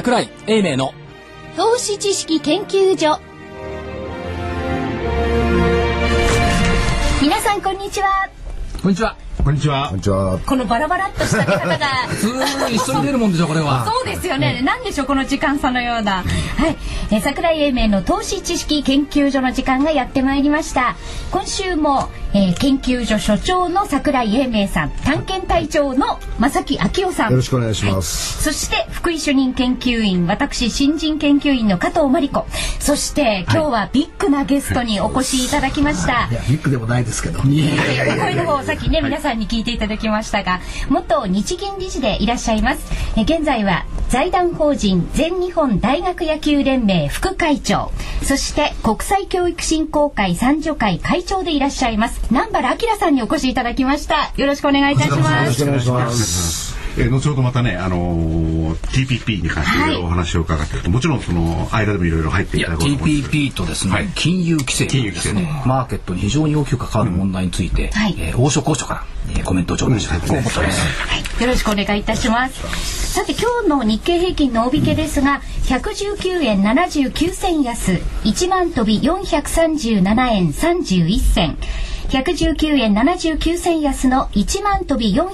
櫻井英明の投資知識研究所。皆さんこんにちは。 こんにちは。 こんにちは。こんにちは。 このバラバラっとした方が普通に一緒に出るもんでしょこれは。 そうですよね。なんでしょうこの時間差のような。はい。櫻井英明の投資知識研究所の時間がやってまいりました。今週も、研究所所長の櫻井英明さん、探検隊長の正木昭夫さん、 よろしくお願いします。 そして福井主任研究員、私新人研究員の加藤真理子、そして今日はビッグなゲストにお越しいただきました。 いやビッグでもないですけど。 声の方さっきね、皆さんに聞いていただきましたが、元日銀理事でいらっしゃいます。現在は財団法人全日本大学野球連盟副会長、そして国際教育振興会参助会会長でいらっしゃいます南原明さんにお越しいただきました。よろしくお願いいたします。 よろしくお願いします。 後ほどまたね、TPP に関してお話を伺っていくと、もちろんその間でもいろいろ入っていただこうと思います。 TPP とですね、金融規制ですね、マーケットに非常に大きく関わる問題について、大所高所から、コメントを頂戴したいと思っております。 よろしくお願いいたします。さて今日の日経平均の大引けですが、119円79銭安、1万飛び437円31銭。119円79銭安の1万飛び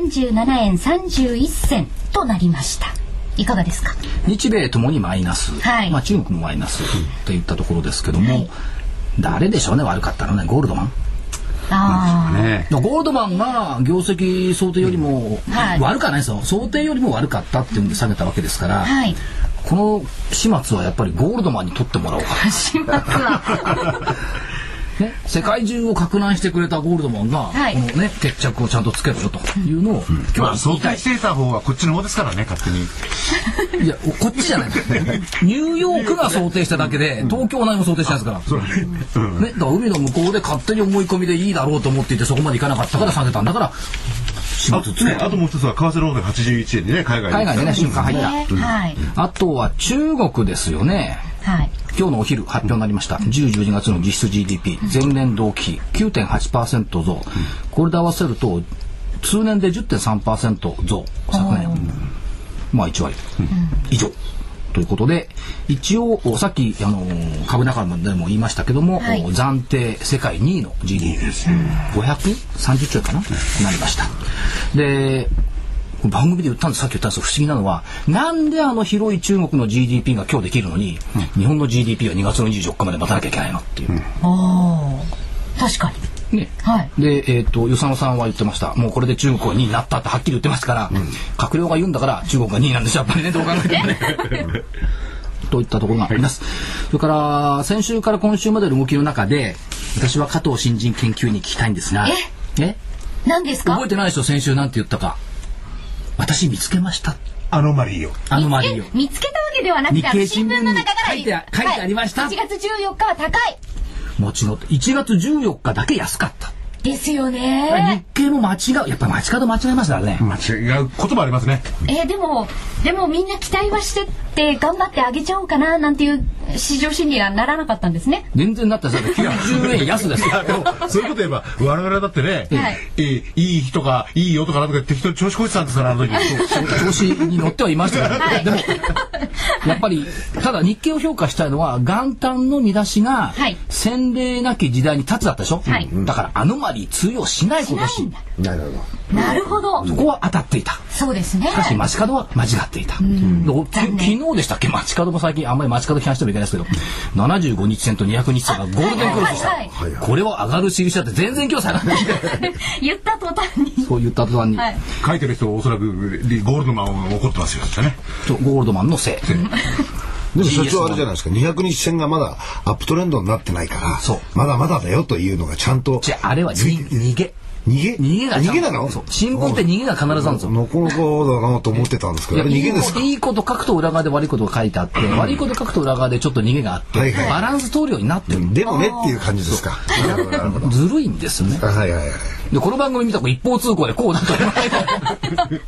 437円31銭となりました。いかがですか。 日米ともにマイナス、中国もマイナスといったところですけども、誰でしょうね悪かったのね。ゴールドマン。ゴールドマンが業績想定よりも悪くはないですよ。想定よりも悪かったっていうんで下げたわけですから、この始末はやっぱりゴールドマンに取ってもらおうか。 始末はね、世界中を攪乱してくれたゴールドマンが、このね決着をちゃんとつけろよというのを、 今日想定していた方はこっちの方ですからね、勝手に。 いやこっちじゃないニューヨークが想定しただけで、東京は何も想定してないですから、ね、だから海の向こうで勝手に思い込みでいいだろうと思っていて、そこまでいかなかったから下げたんだから。 あともう一つは為替ロードが81円でね、海外でね瞬間入った、 あとは中国ですよね。今日のお昼発表になりました10、12月の実質 GDP 前年同期比 9.8% 増、これで合わせると通年で 10.3% 増、昨年1割以上ということで、一応さっき株仲間でも言いましたけども、暫定世界2位の GDP 530兆円かな、なりました。で番組で言ったんです、さっき言ったんですが、不思議なのはなんで広い中国の GDP が今日できるのに、日本の GDP は2月の24日まで待たなきゃいけないのっていう。 確かにね。で、与謝野さんは言ってました。もうこれで中国は2位になったってはっきり言ってますから、閣僚が言うんだから中国が2位なんですよ、やっぱりね、どう考えてもね。といったところがあります。それから先週から今週までの動きの中で、私は加藤新人研究員に聞きたいんですが、 何ですか。 覚えてないでしょ、先週なんて言ったか。私見つけました。 アノマリーを見つけたわけではなくて、 日経新聞の中から書いてありました。 1月14日は高い。 もちろん1月14日だけ安かったですよね。 日経も間違う、やっぱり街角間違えましたね。 間違うこともありますね。 でもみんな期待はしてって頑張ってあげちゃおうかななんていう市場心理がならなかったんですね。 全然なったんですよ。90円安ですよ。 そういうこと言えば我々だってね、いい日とかいいよとかなんとか適当に調子こいてたんですから、あの時。 調子に乗ってはいましたけど、でもやっぱりただ日経を評価したいのは元旦の見出しが先例なき時代に立つだったでしょ。だからアノマリー通用しない今年。 なるほど。 そこは当たっていた。 そうですね。 しかし街角は間違っていた。昨日でしたっけ、街角も最近あんまり街角批判してもいけないですけど、75日線と200日線がゴールデンクロスした。これは上がる印だって全然今日下がって言った途端に。 そう言った途端に。 書いてる人はおそらくゴールドマンを怒ってますよね。 ゴールドマンのせい。 でも所長あれじゃないですか、200日線がまだアップトレンドになってないから、まだまだだよというのがちゃんと。 あれは逃げなの？新聞って逃げが必ずあるんですよ。 なかなかだなと思ってたんですけど、逃げですか？ いいこと書くと裏側で悪いことが書いてあって、悪いこと書くと裏側でちょっと逃げがあって、バランス取るようになってる。 でもねっていう感じですか。 ずるいんですね。でこの番組見たら一方通行でこうだと言わない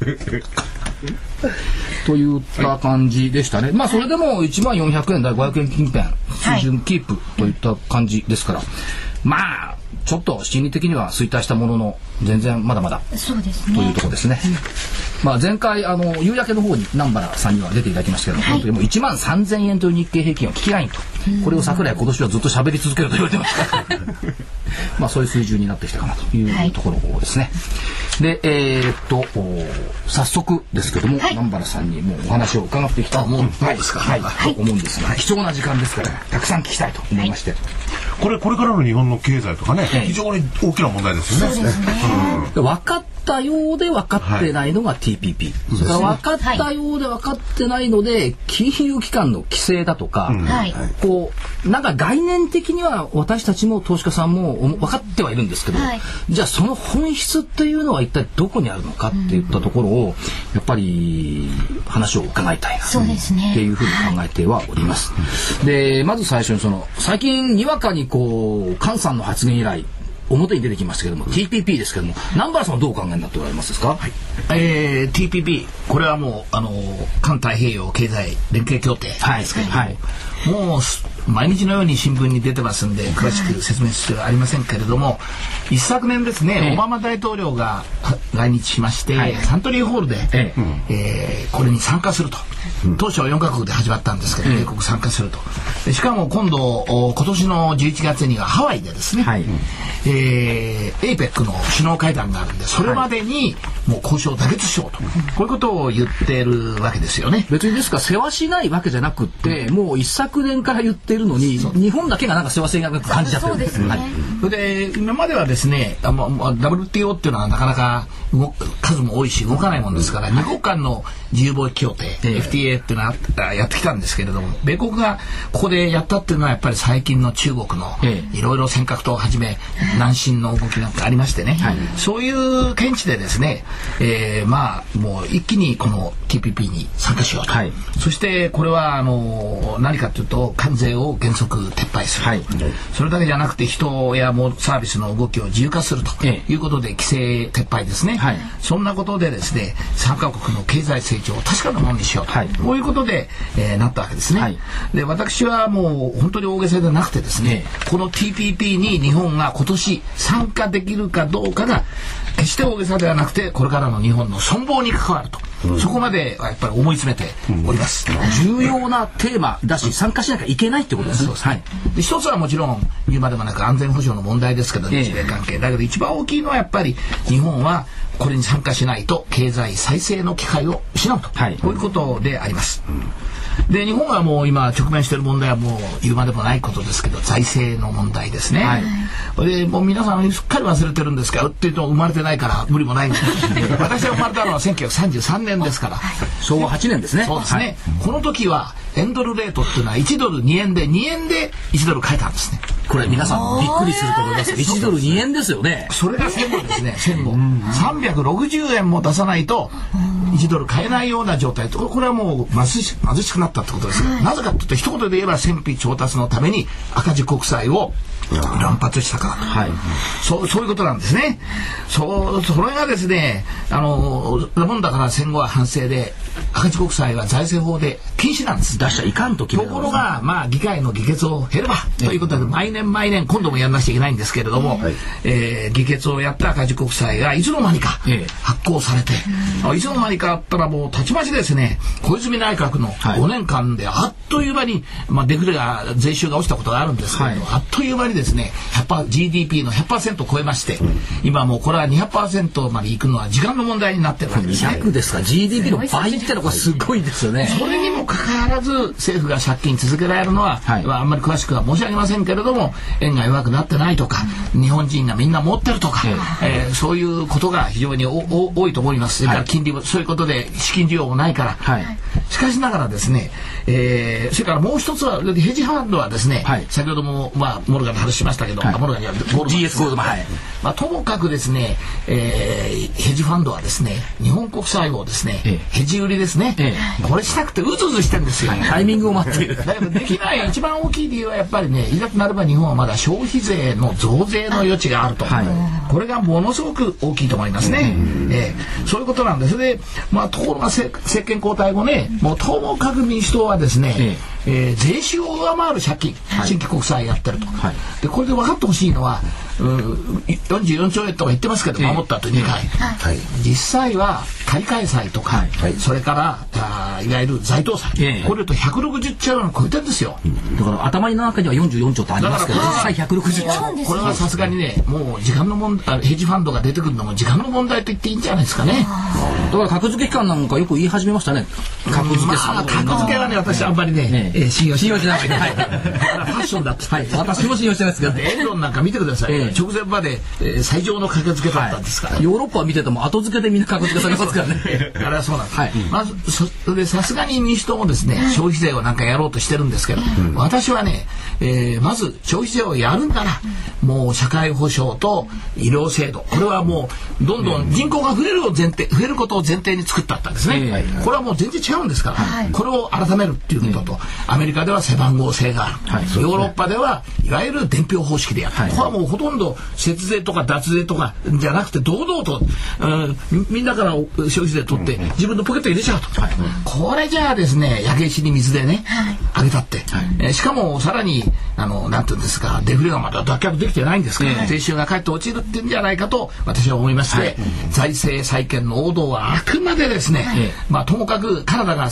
といった感じでしたね。まあそれでも10400円台500円近辺水準キープといった感じですから、まあちょっと心理的には衰退したものの全然まだまだそうですねというところですね。前回夕焼けの方に南原さんには出ていただきましたけど、本当にもう1万3000円という日経平均を聞きラインと、これを櫻井今年はずっと喋り続けると言われてましたそういう水準になってきたかなというところですね。で早速ですけども、南原さんにもうお話を伺っていきたいと思うんですが、貴重な時間ですからたくさん聞きたいと思いまして、 これからの日本の経済とかね、非常に大きな問題ですよね。 そうですね。 分かったようで分かってないのが TPP、それから分かったようで分かってないので金融機関の規制だとか、こうなんか概念的には私たちも投資家さんも分かってはいるんですけど、じゃあその本質っていうのは一体どこにあるのかっていったところをやっぱり話を伺いたいなっていうふうに考えてはおります。でまず最初に最近にわかにこう菅さんの発言以来表に出てきましたけども TPP ですけども、南原さんはどうお考えになっておられますですか。 TPP これはもう環太平洋経済連携協定ですけども、もう毎日のように新聞に出てますんで詳しく説明する必要はありませんけれども、一昨年ですね、オバマ大統領が来日しまして、サントリーホールで、これに参加すると、当初は4カ国で始まったんですけど、米国参加すると。でしかも今年の11月にはハワイでですね、APEC の首脳会談があるんで、それまでにもう交渉を妥結しようと、こういうことを言ってるわけですよね。 別にですから世話しないわけじゃなくって、もう一昨年から言ってるのに、日本だけがなんか世話しなく感じちゃってる。 そうですね。 それで今まではですね、WTO っていうのはなかなか数も多いし動かないもんですから、2国間の自由貿易協定、FTA っていうのはやってきたんですけれども、米国がここでやったっていうのはやっぱり最近の中国のいろいろ尖閣とをはじめ南進の動きなんかありましてね、そういう見地でですね、もう一気にこの TPP に参加しようと、そしてこれは何かというと関税を原則撤廃する、それだけじゃなくて人やサービスの動きを自由化するということで規制撤廃ですね、そんなことでですね3カ国の経済成長を確かなものにしようと、こういうことで、なったわけですね、で私はもう本当に大げさでなくてですね、この TPP に日本が今年参加できるかどうかが決して大げさではなくて、これからの日本の存亡に関わると、そこまでやっぱり思い詰めております、 重要なテーマだし参加しなきゃいけないってことです。 で一つはもちろん言うまでもなく安全保障の問題ですけど、日米関係だけど一番大きいのはやっぱり日本はこれに参加しないと経済再生の機会を失うと、こういうことであります、で日本はもう今直面している問題はもう言うまでもないことですけど、財政の問題ですね、でもう皆さんすっかり忘れてるんですかっていうと生まれてないから無理もないんです私が生まれたのは1933年ですから、 昭和8年ですね。 そうですね、この時は円ドルレートっていうのは1ドル2円で2円で1ドル買えたんですね。 これ皆さんびっくりすると思いますけど、1ドル2円ですよね。 それが戦後ですね、戦後360円も出さないと1ドル買えないような状態と、これはもう貧しくなったってことですが、なぜかというと一言で言えば戦費調達のために赤字国債を乱発したからと、そういうことなんですね。それがですね、本だから戦後は反省で赤字国債は財政法で禁止なんです。 出しちゃいかんと決めた。 ところが議会の議決を経ればということで、毎年今度もやらなきゃいけないんですけれども、議決をやった赤字国債がいつの間にか発行されて、いつの間にかあったらもうたちまちですね、小泉内閣の5年間であっという間に、デフレが税収が落ちたことがあるんですけれど、あっという間にですね GDP の 100% を超えまして、今もうこれは 200% までいくのは時間の問題になってるわけですね。 200ですか。 GDP の倍ってのはすごいですよね。 それにもかかわらず政府が借金続けられるのは、あんまり詳しくは申し上げませんけれども、円が弱くなってないとか、日本人がみんな持ってるとか、そういうことが非常に多いと思います。それから金利もそういうことで資金需要もないから、しかしながらですね、それからもう一つはヘッジファンドはですね、先ほどもモルガンで話しましたけど、モルガンにはGS ゴールドマン、ともかくですね、ヘッジファンドはですね、日本国債をですね、ヘッジ売りですね、これしたくてうずうずしてるんですよ、 タイミングを待っている。 だけどできない一番大きい理由はやっぱりね、いざとなれば日本はまだ消費税の増税の余地があると、これがものすごく大きいと思いますね。そういうことなんです。で、ところが政権交代後ね、もうともかく民主党はですね、 税収を上回る借金、新規国債やってると、でこれで分かってほしいのは44兆円とか言ってますけど、守った後2回、実際は借換債とか、それからいわゆる財投債、これと160兆円を超えてるんですよ。 だから頭の中には44兆ってありますけど、実際160兆。 これはさすがにね、もう時間の問題、ヘッジファンドが出てくるのも時間の問題と言っていいんじゃないですかね。 だから格付け機関なんかよく言い始めましたね。格付け格付けはね、私あんまりね、信用しない。 ファッションだって。 私も信用してないですけど、 エンロンなんか見てください。直前まで最上の格付けだったんですから。 ヨーロッパを見てても後付けでみんな格付けされますからね。 あれはそうなんです。まずそれでさすがに民主党もですね、消費税をなんかやろうとしてるんですけど、私はね、まず消費税をやるんなら、もう社会保障と医療制度、これはもうどんどん人口が増えることを前提に作ったんですね。これはもう全然違うんですから、これを改めるっていうことと、アメリカでは背番号制がある、ヨーロッパではいわゆる伝票方式でやってる、これはもうほとんど節税とか脱税とかじゃなくて堂々と、みんなから消費税取って自分のポケットに入れちゃうと、これじゃあですね、焼け石に水でね、あげたって、しかもさらになんていうんですか、デフレがまだ脱却できてないんですから、税収がかえって落ちるっていうんじゃないかと私は思いまして、財政再建の王道はあくまでですね、ともかくカナダが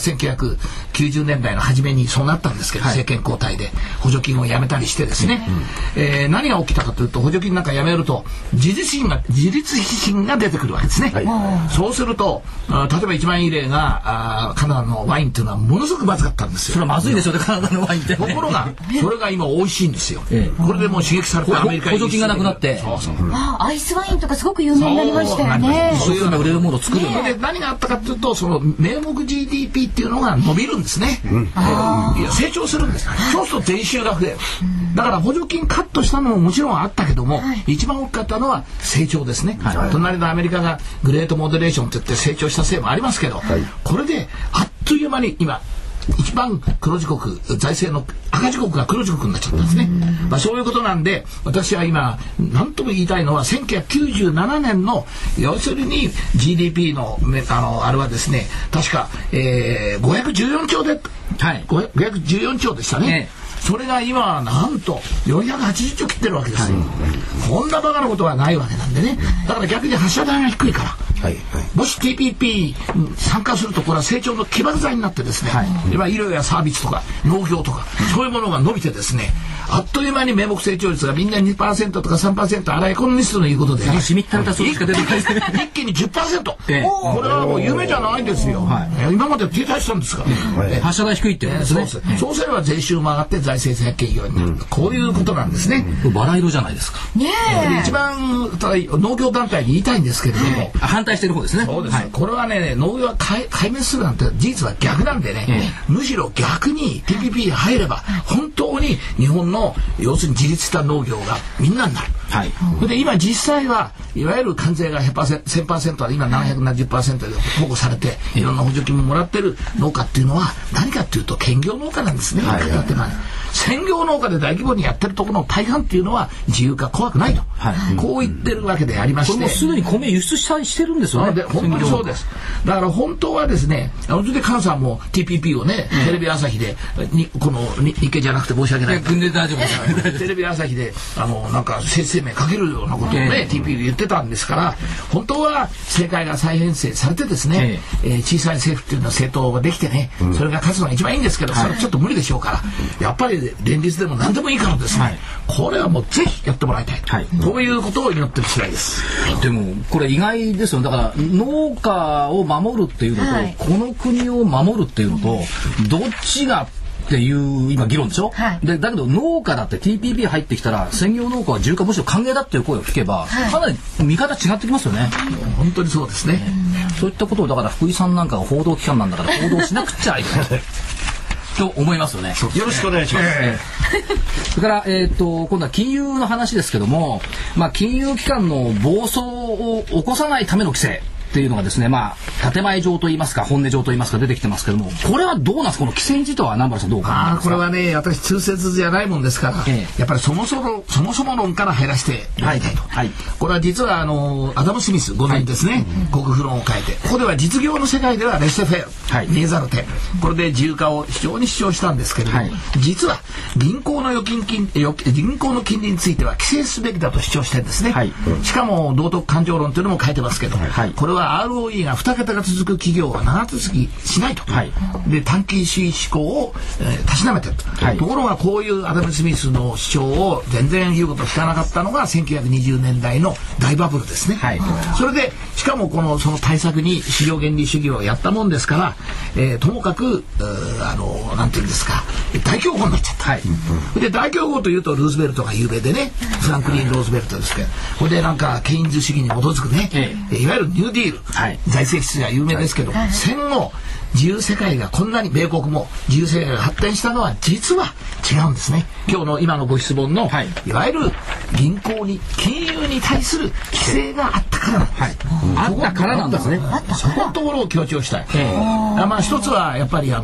1990年代の初めにそうなったんですけど、政権交代で補助金をやめたりしてですね、何が起きたかというと、補助金なんかやめると自立心が出てくるわけですね。そうすると例えば一番いい例がカナダのワインというのはものすごくまずかったんですよ。 それはまずいですよね、カナダのワインって。 ところがそれが今美味しいんですよ。これでもう刺激されてアメリカに補助金がなくなって、 アイスワインとかすごく有名になりましたよね。 そういう売れるものを作るで何があったかというと、その名目 GDP っていうのが伸びるんですね。成長するんです。そうすると税収が増える。だから補助金カットしたのももちろんあったけども、一番大きかったのは成長ですね。隣のアメリカがグレートモデレーションといって成長したせいもありますけど、これであっという間に今一番黒字国、財政の赤字国が黒字国になっちゃったんですね。そういうことなんで、私は今何とも言いたいのは、1997年の要するに GDP のあれはですね、確か、514兆で、514兆でしたね。それが今はなんと480兆切ってるわけですよ。こんなバカなことはないわけなんでね。だから逆に発射台が低いから、もし TPP 参加すると、これは成長の起爆剤になってですね、今医療やサービスとか農業とかそういうものが伸びてですね、あっという間に名目成長率がみんな 2% とか 3%、あらエコノミストの言うことで、 しみったれた数字が出てくる。 一気に 10%、これはもう夢じゃないんですよ。今まで停滞したんですから、 発射台低いって、 そうすれば税収も上がって財政再建業になる、こういうことなんですね。 バラ色じゃないですか。 一番農業団体に言いたいんですけれども、 反対してる方ですね。 そうです。これはね、農業は壊滅するなんて事実は逆なんでね、むしろ逆に TPP に入れば本当に日本の要するに自立した農業がみんなになる。で今実際はいわゆる関税が 1000% は今770% で保護されて、いろんな補助金ももらってる農家っていうのは何かっていうと兼業農家なんですね。専業農家で大規模にやってるところの大半っていうのは自由化怖くないと、こう言ってるわけでありまして、 これもすでに米輸出してるんですよね。 本当にそうです。だから本当はですね、それで菅さんも TPP をね、テレビ朝日でこの日経じゃなくて申し訳ない、 大丈夫です。 テレビ朝日でなんか政治声明かけるようなことをね、TPP で言ってたんですから、本当は政界が再編成されてですね、小さい政府っていうのは政党ができてね、それが勝つのが一番いいんですけど、それはちょっと無理でしょうから、やっぱり連立でも何でもいいからですね、これはもうぜひやってもらいたい、こういうことを祈ってる次第です。 でもこれ意外ですよ。だから農家を守るっていうのと、この国を守るっていうのと、どっちがっていう今議論でしょ、でだけど農家だって TPP 入ってきたら専業農家は自由化むしろ歓迎だっていう声を聞けば、かなり見方違ってきますよね。 本当にそうですね。 そういったことをだから福井さんなんかが報道機関なんだから報道しなくちゃいけないと思いますよね。 よろしくお願いします。 それから、今度は金融の話ですけども、金融機関の暴走を起こさないための規制、 っていうのがですね、建前上といいますか本音上といいますか出てきてますけども、これはどうなんですか、この規制自体は南原さんどう考えますか。 これはね、私通説じゃないもんですから、やっぱりそもそも論から減らしてやりたいと、これは実はアダム・スミス5年ですね、国富論を変えて、ここでは実業の世界ではレセフェア、見えざる手、これで自由化を非常に主張したんですけれども、実は銀行の金利については規制すべきだと主張してるんですね、しかも道徳感情論というのも書いてますけど、これは ROE が2桁が続く企業は長続きしないと、で短期主義思考を、たしなめてると、ところがこういうアダム・スミスの主張を全然言うことを聞かなかったのが1920年代の大バブルですね、それでしかもその対策に市場原理主義をやったもんですから、ともかくなんていうんですか、大恐慌になっちゃった、で大恐慌というとルーズベルトが有名でね、フランクリン・ローズベルトですけど、これでなんかケインズ主義に基づくね、いわゆるニューディール、財政出が有名ですけど、戦後自由世界がこんなに米国も自由世界が発展したのは実は違うんですね。今日の今のご質問の、いわゆる銀行に金融に対する規制があったからなんです、 あったからなんですね。 そこのところを強調したい。一つはやっぱり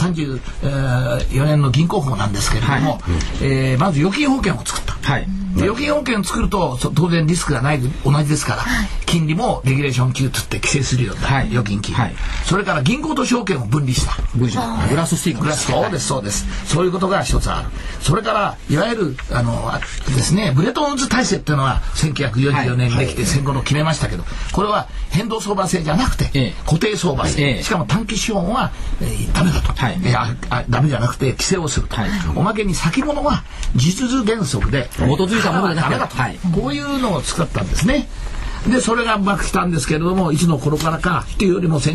1934年の銀行法なんですけれども、まず預金保険を作った、預金保険を作ると当然リスクがない同じですから、金利もレギュレーション級とって規制するようになる、預金金、それから銀行と証券を分離した、 グラススティック、 そうです、そういうことが一つある。それからいわゆるですね、ブレトンウッズ体制っていうのは1944年にできて戦後の決めましたけど、これは変動相場制じゃなくて固定相場制、しかも短期資本はダメだと、ダメじゃなくて規制をすると、おまけに先物は実需原則で基づいたものでダメだと、 こういうのを作ったんですね。でそれがうまくきたんですけれども、いつの頃からかっていうよりも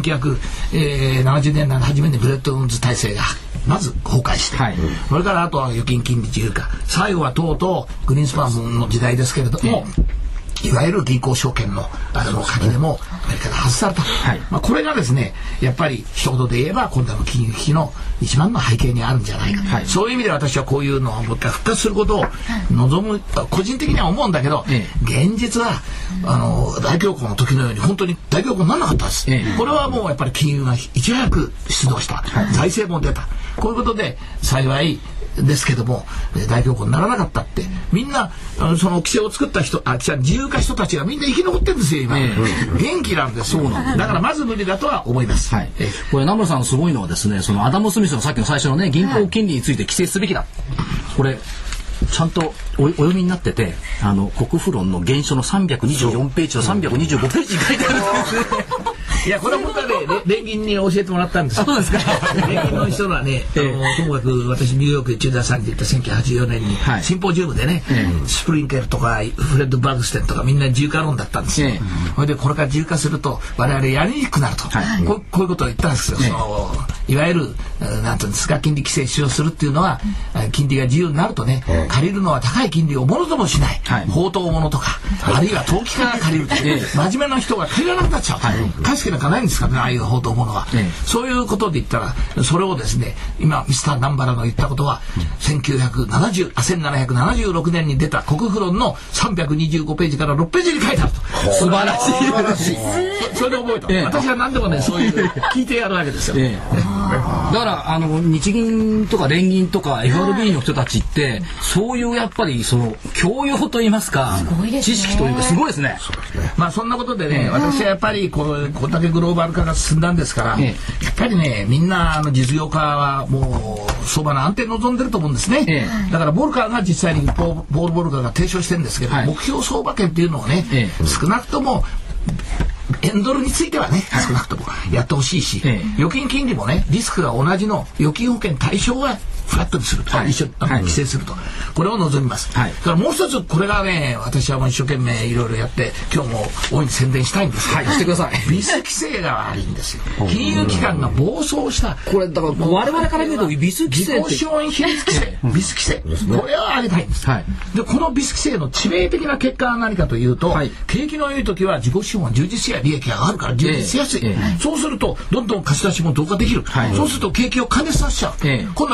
1970年代の初めにブレットウッズ体制がまず崩壊して、それからあとは預金金利自由化、最後はとうとうグリーンスパンの時代ですけれども、いわゆる銀行証券の鍵でもアメリカが外された、これがですね、やっぱり一言で言えば今度の金融危機の一番の背景にあるんじゃないか、そういう意味で私はこういうのをもう一回復活することを望む、個人的には思うんだけど、現実は大恐慌の時のように本当に大恐慌にならなかったです、これはもうやっぱり金融がいち早く出動した、財政も出た、こういうことで幸いですけども大恐慌にならなかったって、みんなその規制を作った人、自由化人たちがみんな生き残ってるんですよ今、元気なんですよ。だからまず無理だとは思います、 これ南村さんのすごいのはですね、そのアダム・スミスのさっきの最初のね、銀行金利について規制すべきだ、これちゃんとお読みになってて、国富論の原書の324ページと325ページに書いてあるんですねいやこれは本当はね連銀に教えてもらったんですよ。 そうですか。 連銀の人はね、ともかく私ニューヨークで中大さんに行った1984年に、シンポジウムでね、スプリンケルとかフレッド・バーグステンとかみんな自由化論だったんですよ。それでこれから自由化すると我々やりにくくなると、こういうことを言ったんですよ。いわゆるなんていうんですか、金利規制使用するっていうのは金利が自由になるとね、借りるのは高い金利をものともしない、放蕩物とか、あるいは投機家が借りると、真面目な人が借りられなくなっちゃう、貸し付けなんかないんですかね、ああいう放蕩物は、そういうことで言ったらそれをですね、今ミスター南原の言ったことは、1776年に出た国富論の325ページから6ページに書いてあると。 素晴らしい。 それで覚えた、私は何でもねそういう聞いてやるわけですよ、 だから日銀とか連銀とか FRB の人たちってそういうやっぱりその教養といいますか、知識というかすごいですね。 そんなことでね、私はやっぱりこれだけグローバル化が進んだんですから、やっぱりねみんな実業家はもう相場の安定を望んでると思うんですね、だからボルカーが実際にボルカーが提唱してるんですけど、目標相場圏っていうのをね、少なくとも円ドルについてはね少なくともやってほしいし、預金金利もねリスクが同じの預金保険対象はフラットにすると、一緒に規制すると、これを望みます、だからもう一つこれがね、私はもう一生懸命いろいろやって今日も大いに宣伝したいんですけど、 してください。 ビス規制が悪いんですよ。金融機関が暴走した、 これだから我々から見るとビス規制って自己資本比率規制、ビス規制、これを上げたいんです、でこのビス規制の致命的な結果は何かというと、景気の良い時は自己資本充実や利益が上がるから充実しやすい、そうするとどんどん貸し出しも増加できる、そうすると景気を過熱させちゃう、今度は悪い時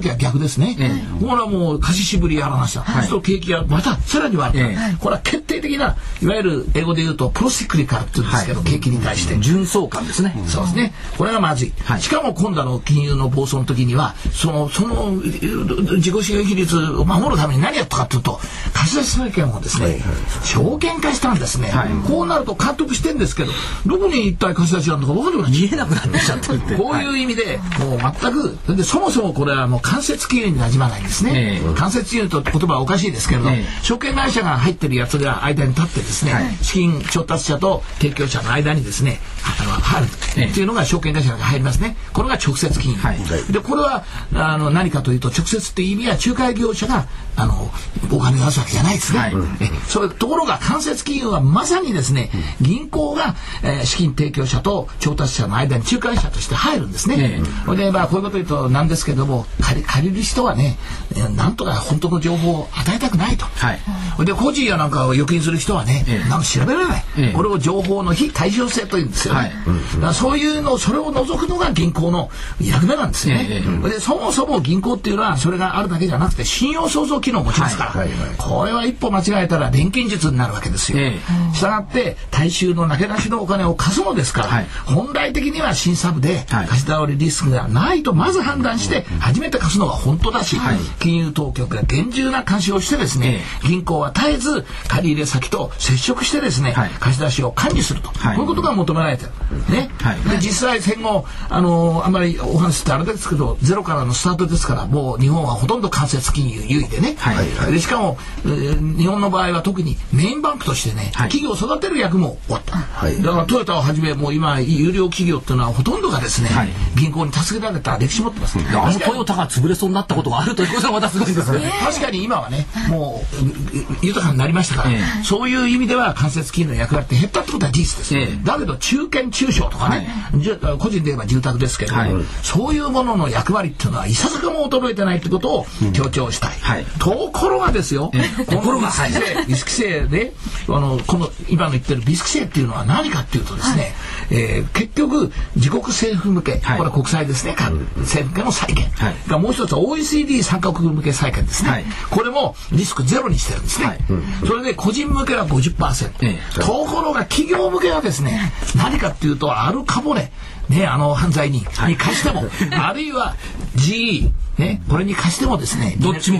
時は逆ですね。これはもう貸し渋りやらました。そうすると景気がまたさらに悪くなる。これは決定的ないわゆる英語で言うとプロシクリカルって言うんですけど、景気に対して純相関ですね。 そうですね。これがまずい。しかも今度の金融の暴走の時にはその自己資本比率を守るために何やったかというと貸出債権をですね、証券化したんですね。こうなると監督してるんですけど、どこに一体貸し出しなんだか分かんなくなっちゃう。 見えなくなってきちゃってるって。 こういう意味でもう全くでそもそもこれはもう間接金融に馴染まないんですね。間接金融と言葉はおかしいですけれど、証券会社が入ってるやつが間に立ってですね、資金調達者と提供者の間にですね入るっていうのが証券会社が入りますね。これが直接金融、でこれは何かというと直接っていう意味は仲介業者がお金を出すわけじゃないですね。そういうところが間接金融はまさにですね、銀行が、資金提供者と調達者の間に仲介者として入るんですね。でこういうこと言うとなんですけども、借りる人はねなんとか本当の情報を与えたくないと。で個人やなんかを預金する人はね、なんか調べられない、これを情報の非対称性というんですよね。だからそういうのそれを除くのが銀行の役目なんですよね。でそもそも銀行っていうのはそれがあるだけじゃなくて信用創造機能を持ちますから、これは一歩間違えたら錬金術になるわけですよ。したがって大衆の投げ出しのお金を貸すのですから、本来的には審査部で貸し倒れリスクがないとまず判断して初めて貸すのが本当だし、金融当局が厳重な監視をしてですね、銀行は絶えず借り入れ先と接触してですね、貸し出しを管理すると、こういうことが求められてるね。で実際戦後あんまりお話ってあれですけど、ゼロからのスタートですから、もう日本はほとんど間接金融優位でね、でしかも、日本の場合は特にメインバンクとしてね、企業を育てる役も終わった、だからトヨタをはじめもう今有料企業っていうのはほとんどがですね、銀行に助けられた歴史持ってます。 トヨタが潰れそうになったことがあるということはまたすごいですね。 確かに今はねもう豊かになりましたから、そういう意味では間接金融の役割って減ったってことは事実です、だけど中堅中小とかね、個人で言えば住宅ですけど、そういうものの役割っていうのはいささかも衰えてないってことを強調したい、ところがですよ、このビス規制でこの今の言ってるビス規制っていうのは何かっていうとですね、結局自国政府向け、これは国債ですね、政府向けの債券、がもう一つは OECD 参加国向け債券ですね、これもリスクゼロにしてるんですね、それで個人向けは 50%、ところが企業向けはですね、何かっていうとアルカポネね、犯罪に貸してもあるいは GEね、これに貸してもですね、どっちも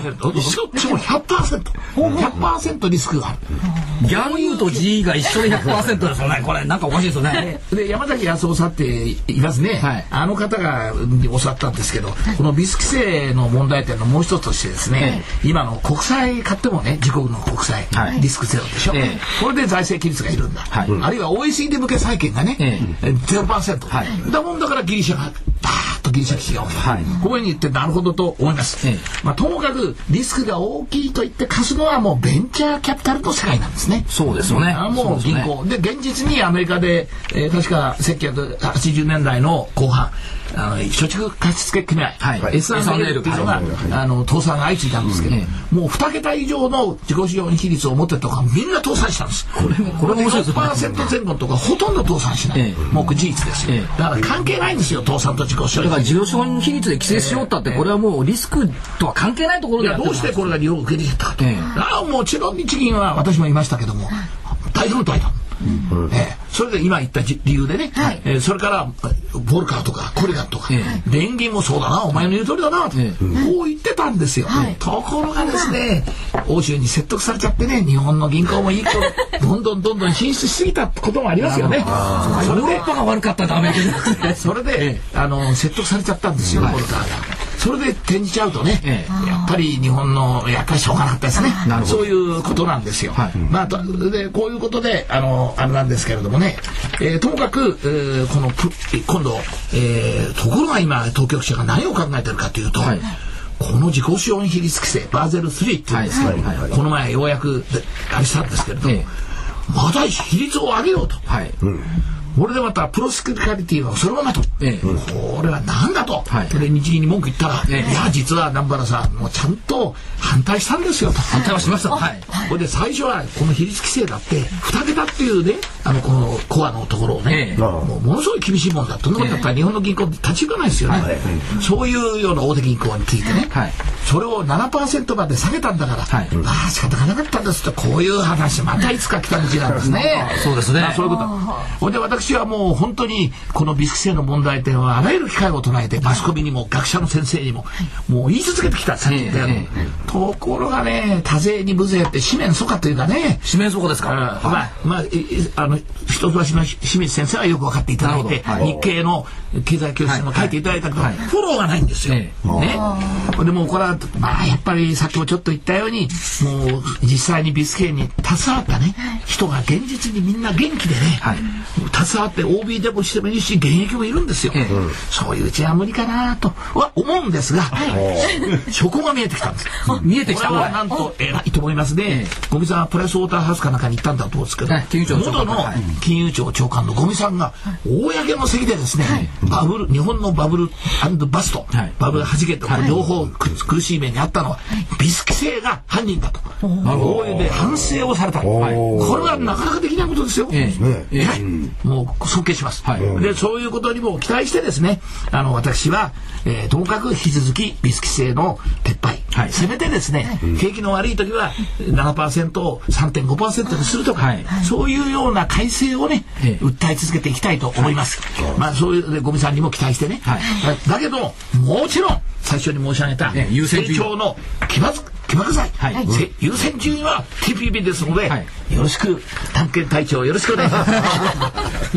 100% リスクがある。 ギャンユーと GE が一緒で 100% ですよね。これなんかおかしいですよね。 で山崎康夫さんっていますね、あの方が教わったんですけど、このビス規制の問題点のもう一つとしてですね、今の国債買ってもね、自国の国債、リスクゼロでしょ、これで財政規律がいるんだ、あるいは OECD 向け債券がね、0%、だもんだからギリシャがバーッとギリシャ危機が起きた、こういうふうに言ってなるほどと思います、ともかくリスクが大きいと言って貸すのはもうベンチャーキャピタルの世界なんですね。 そうですよね。 もう銀行で現実にアメリカで、確か1980年代の後半貯蓄貸付組合、S&L っていうのが倒産が相次いだんですけど、もう2桁以上の自己資本比率を持ってるとかみんな倒産したんです。これで 6% 前後とかほとんど倒産しない、もう事実ですよ、だから関係ないんですよ、倒産と自己資本。 だから自己資本比率で規制しようったって、これはもうリスクとは関係ないところでやってる。 どうしてこれが利用を受け入れちゃったかと、もちろん日銀は私も言いましたけども大反対だ、それで今言った理由でね、それからボルカーとかコリガンとか、連銀もそうだな、お前の言う通りだな、こう言ってたんですよ、ところがですね、欧州に説得されちゃってね、日本の銀行もいい子どんどん進出しすぎたこともありますよね。ヨーロッパが悪かったらダメそれで説得されちゃったんですよ、ボルカーが。それで転じちゃうとね、やっぱり日本のやっぱりしょうがなかったですね。そういうことなんですよ。でこういうことであれなんですけれどもね、ともかく、今度、ところが今当局者が何を考えてるかというと、この自己資本比率規制バーゼル3っていうんですけど、この前ようやくあれしたんですけれども、まだ比率を上げようと。 これでまたプロスクリティはそのままと、これはなんだと、それ日銀に文句言ったら、いや実は南原さんもうちゃんと反対したんですよと。 反対はしました。 これで最初はこの比率規制だって2桁っていうね、このコアのところをね、ものすごい厳しいもんだと。そんなことだったら日本の銀行立ち行かないですよね。そういうような大手銀行についてね、それを 7% まで下げたんだから、仕方がなかったんですと、こういう話またいつか来た道なんですね。 そうですね。 そういうこと。それで私はもう本当にこの微規制の問題点はあらゆる機会を唱えてマスコミにも学者の先生にももう言い続けてきた。ところがね、多勢に無勢って四面楚歌というかね。 四面楚歌ですか。 一橋の清水先生はよく分かっていただいて、日経の経済教室も書いていただいたけど、フォローがないんですよ。ね。でもこれはやっぱりさっきもちょっと言ったように、もう実際に微規制に携わったね人が現実にみんな元気でね、携わって OB でもしてもいいし現役もいるんですよ。そういううちは無理かなとは思うんですが、そこが見えてきたんです。 見えてきた。 これはなんと偉いと思いますね。五味さんはプライスウォーターハウスかなんかに行ったんだと思うんですけど、元の金融庁長官の五味さんが公の席でですね、日本のバブル&バスト、バブル弾けと両方苦しい目にあったのは微規制が犯人だと、こういうで反省をされた。これはなかなかできないことですよ。もう尊敬します。でそういうことにも期待してですね、私は、ともかく引き続き微規制の撤廃、せめてですね、景気の悪い時は 7% を 3.5% にするとか、そういうような改正をね、訴え続けていきたいと思います。そういう五味さんにも期待してね、だけどもちろん最初に申し上げた成長の起爆剤、優先順位は TPP ですので、よろしく探検隊長よろしくお願いします。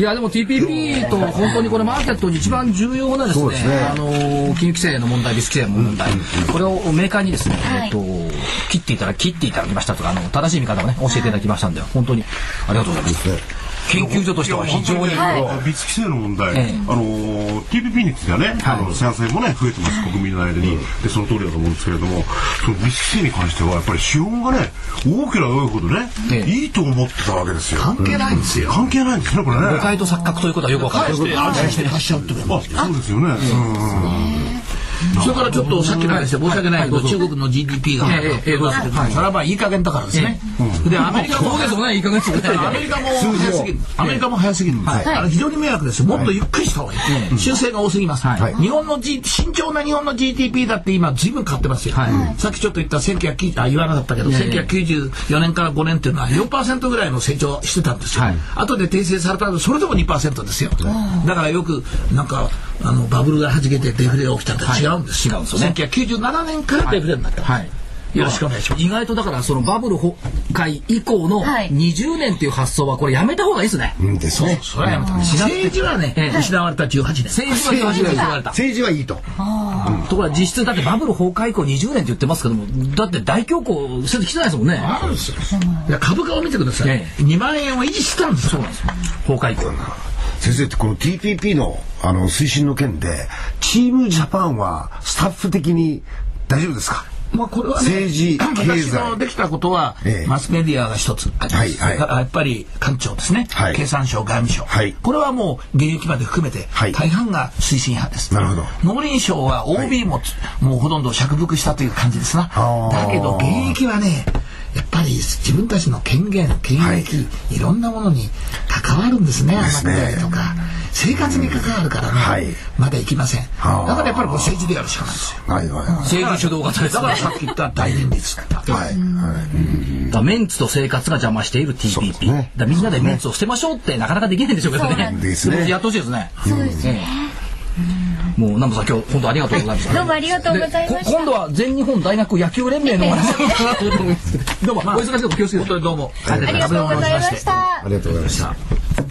いやでも TPP と本当にこれマーケットに一番重要なですね、金融規制の問題、微規制の問題、これをメーカーにですね、切っていただきましたとか、正しい見方をね教えていただきましたんで、本当にありがとうございます。研究所としては非常に微規制の問題、TPP についてはね、賛成もね増えてます、国民の間に。でその通りだと思うんですけれども、その微規制に関してはやっぱり資本がね大きな多いほどね、いいと思ってたわけですよ。 関係ないんですよ。 関係ないんですね、これね。 誤解と錯覚ということはよくわかる。 安心して発しちゃうってこと。 そうですよね。 それからちょっとさっきの話で申し訳ないけど、中国の GDP がそれはまあいい加減だからですね。でアメリカもそうですね、いい加減ですね。 アメリカも早すぎる。非常に迷惑です。もっとゆっくりした方がいい。修正が多すぎます。日本の慎重な日本の GDP だって今ずいぶん変わってますよ。さっきちょっと言った言わなかったけど、1994年から5年っていうのは 4% ぐらいの成長してたんですよ。後で訂正されたらそれでも 2% ですよ。だからよくなんかバブルがはじけてデフレが起きたんだ。違うんですよ。1997年からデフレになった。よろしくお願いします。 意外とだからそのバブル崩壊以降の20年っていう発想はこれやめた方がいいですね。 ですね。それはやめた。政治はね、失われた18年。 政治は失われた。 政治はいいと。 ところが実質だってバブル崩壊以降20年って言ってますけども、だって大恐慌せず来てないですもんね。 あるんですよ。株価を見てください。2万円を維持してたんですよ。そうなんですよ。 崩壊以降。 先生ってこの TPP の推進の件でチームジャパンはスタッフ的に大丈夫ですか？ これはね、 政治経済私のできたことは、マスメディアが一つ、それからやっぱり官庁ですね、経産省、外務省、これはもう現役まで含めて、大半が推進派です。 なるほど。 農林省は OB も、もうほとんど釈伏したという感じですな。だけど現役はね、やっぱり自分たちの権益、いろんなものに関わるんですね。とか生活に関わるからね、まだ行きません。だからやっぱり政治でやるしかないですよ。 政治主導型です。 だからさっき言った大連立だ。メンツと生活が邪魔している TPP。だみんなでメンツを捨てましょうってなかなかできないんでしょうけどね。やってほしいですね。 そうですね。 もう南部さん今日本当ありがとうございました。 どうもありがとうございました。 今度は全日本大学野球連盟のお話を伺おうと思いますけど、どうもお忙しいとこ気をつけて。 本当にどうもありがとうございました。 ありがとうございました。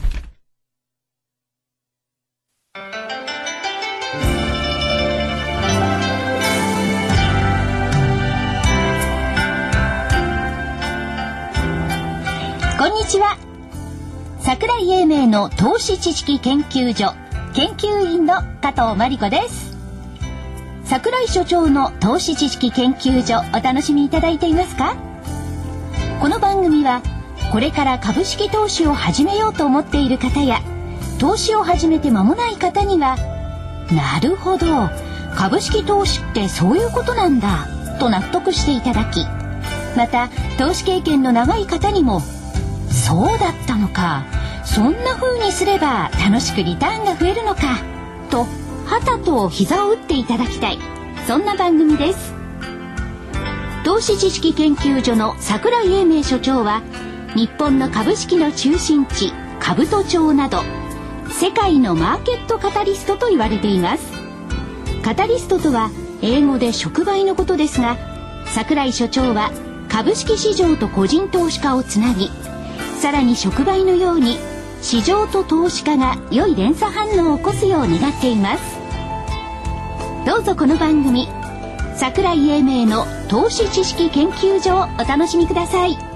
こんにちは。桜井英明の投資知識研究所研究員の加藤真理子です。桜井所長の投資知識研究所お楽しみいただいていますか？この番組はこれから株式投資を始めようと思っている方や投資を始めて間もない方には、なるほど、株式投資ってそういうことなんだと納得していただき、また投資経験の長い方にも、そうだったのか、そんな風にすれば楽しくリターンが増えるのかと、はたと膝を打っていただきたい、そんな番組です。投資知識研究所の櫻井英明所長は、日本の株式の中心地兜町など、世界のマーケットカタリストと言われています。カタリストとは英語で触媒のことですが、櫻井所長は株式市場と個人投資家をつなぎ、さらに触媒のように市場と投資家が良い連鎖反応を起こすよう願っています。どうぞこの番組、櫻井英明の投資知識研究所をお楽しみください。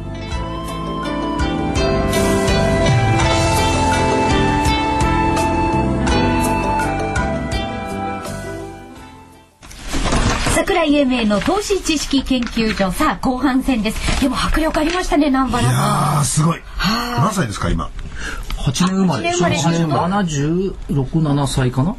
櫻井英明の投資知識研究所、さあ後半戦です。でも迫力ありましたね、南原さん。 いやーすごい。何歳ですか今 ？8年生まれ。76、7歳かな。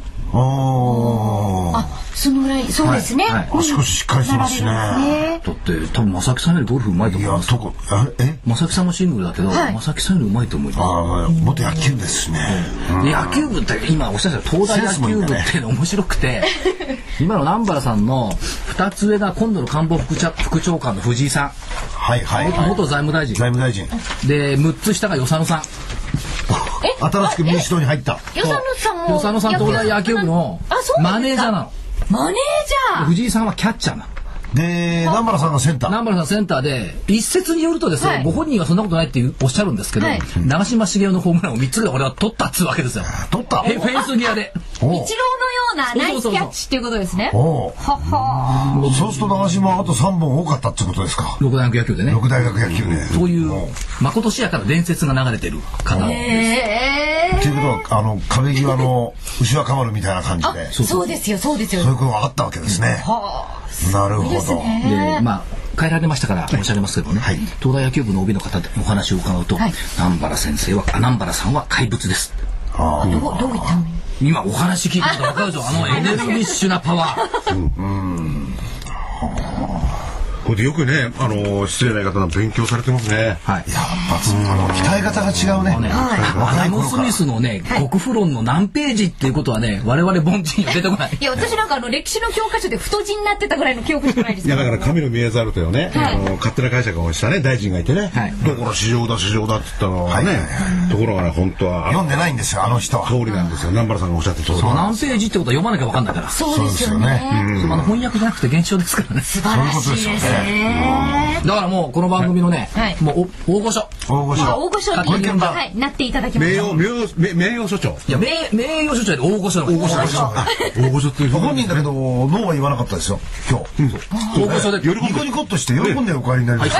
そのぐらい、そうですね。 足腰しっかりしてますしね。 だって多分正木さんよりゴルフうまいと思います。正木さんもシングルだけど、正木さんよりうまいと思います。 元野球部ですしね。 野球部って今おっしゃった東大野球部っていうの面白くて、今の南原さんの2つ上が今度の官房副長官の藤井さん、元財務大臣で、6つ下が与謝野さん。 新しく民主党に入った。 与謝野さん東大野球部のマネージャーなの。 マネージャー。 藤井さんはキャッチャーなの。 で、南原さんがセンター。 南原さんセンターで、一説によるとですね、ご本人はそんなことないっておっしゃるんですけど、長嶋茂雄のホームランを3つぐらい俺は取ったっつうわけですよ。 取った？ フェンス際で。 イチローのようなナイスキャッチっていうことですね。 そうすると長嶋あと3本多かったってことですか。 六大学野球でね。 六大学野球ね。 そういうまことしやから伝説が流れてる方。っていうことは壁際の牛若丸みたいな感じで。 そうですよ、そうですよ。 そういうことがあったわけですね。なるほど。 で、変えられましたから申し上げますけどね、東大野球部の OB の方でお話を伺うと、南原さんは怪物です。 どういったの？ 今お話聞いてると分かるでしょ、エネルギッシュなパワー。 これでよくね、失礼な言い方の勉強されてますね。 やっぱ鍛え方が違うね。 アダム・スミスのね、国富論の何ページっていうことはね、我々凡人には出てこない。 いや、私なんか歴史の教科書で太字になってたぐらいの記憶しかないです。 いや、だから神の見えざるというね、勝手な解釈をしたね大臣がいてね、どこの市場だって言ったのはね、ところがね、本当は読んでないんですよ、あの人は。 通りなんですよ、南原さんがおっしゃってた通り。 何ページってことは読まなきゃ分かんないから。 そうですよね。 翻訳じゃなくて現象ですからね。 素晴らしいですね。 だからもうこの番組のね、もう大御所になっていただきました。 名誉所長。 いや、名誉所長で大御所の大御所っていう本人だけどノーは言わなかったですよ今日。 大御所でニコニコっとして喜んでお帰りになりました。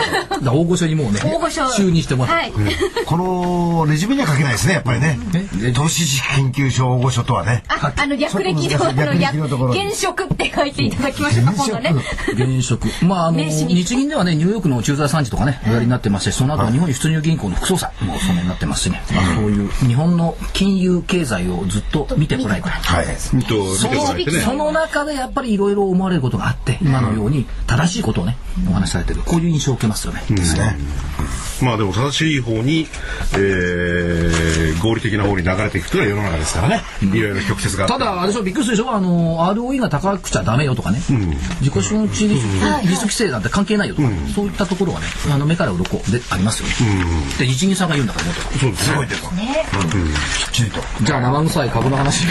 大御所にもうね就任してもらって、 このレジュメには書けないですね、やっぱりね。投資知識研究所大御所とはね。 略歴のところ現職って書いていただきました。今度ね。 現職。日銀ではね、ニューヨークの駐在参事とかね、おやりになってまして、その後は日本出入銀行の副総裁もお務めになってますしね、そういう日本の金融経済をずっと見てこられた。その中でやっぱりいろいろ思われることがあって、今のように正しいことをね、お話しされてる、こういう印象を受けますよね。ですね。 でも正しい方に、合理的な方に流れていくというのは世の中ですからね。いろいろ曲折があって。 ただあれでしょ、びっくりするでしょ、ROE が高くちゃダメよとかね、自己資本値利息規制なんて関係ないよとか、そういったところはね、目から鱗でありますよね。で、日銀さんが言うんだからね。 そうですね。 すごいでと。きっちりと。 じゃあ生臭い株の話。